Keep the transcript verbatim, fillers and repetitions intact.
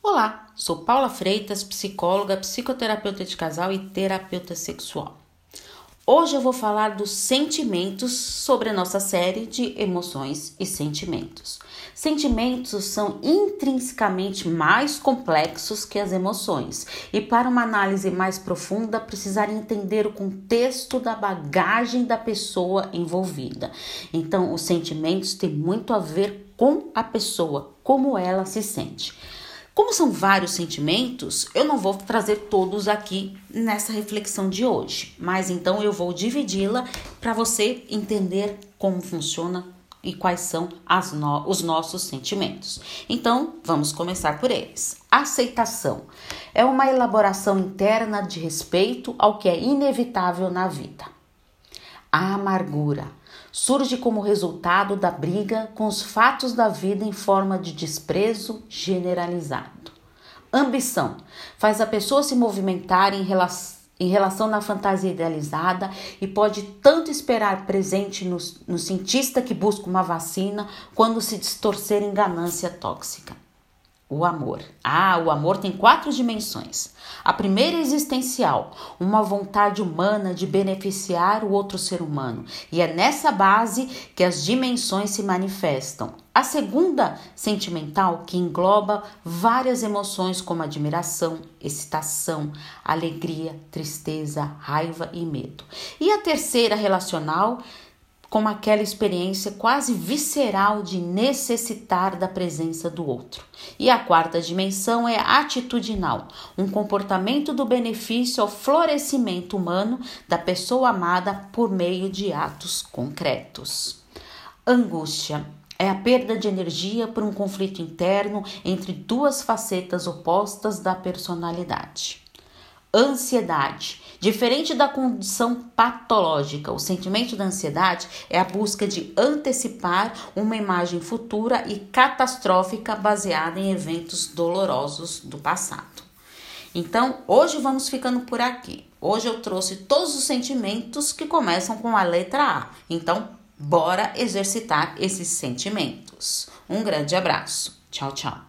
Olá, sou Paula Freitas, psicóloga, psicoterapeuta de casal e terapeuta sexual. Hoje eu vou falar dos sentimentos sobre a nossa série de emoções e sentimentos. Sentimentos são intrinsecamente mais complexos que as emoções e para uma análise mais profunda precisar entender o contexto da bagagem da pessoa envolvida. Então, os sentimentos têm muito a ver com a pessoa, como ela se sente. Como são vários sentimentos, eu não vou trazer todos aqui nessa reflexão de hoje, mas então eu vou dividi-la para você entender como funciona e quais são as no- os nossos sentimentos. Então, vamos começar por eles. Aceitação é uma elaboração interna de respeito ao que é inevitável na vida. A amargura surge como resultado da briga com os fatos da vida em forma de desprezo generalizado. Ambição faz a pessoa se movimentar em relação, em relação na fantasia idealizada e pode tanto esperar presente no, no cientista que busca uma vacina, quando se distorcer em ganância tóxica. O amor. Ah, o amor tem quatro dimensões. A primeira é existencial, uma vontade humana de beneficiar o outro ser humano. E é nessa base que as dimensões se manifestam. A segunda, sentimental, que engloba várias emoções como admiração, excitação, alegria, tristeza, raiva e medo. E a terceira, relacional, como aquela experiência quase visceral de necessitar da presença do outro. E a quarta dimensão é atitudinal, um comportamento do benefício ao florescimento humano da pessoa amada por meio de atos concretos. Angústia é a perda de energia por um conflito interno entre duas facetas opostas da personalidade. Ansiedade. Diferente da condição patológica, o sentimento da ansiedade é a busca de antecipar uma imagem futura e catastrófica baseada em eventos dolorosos do passado. Então, hoje vamos ficando por aqui. Hoje eu trouxe todos os sentimentos que começam com a letra A. Então, bora exercitar esses sentimentos. Um grande abraço. Tchau, tchau.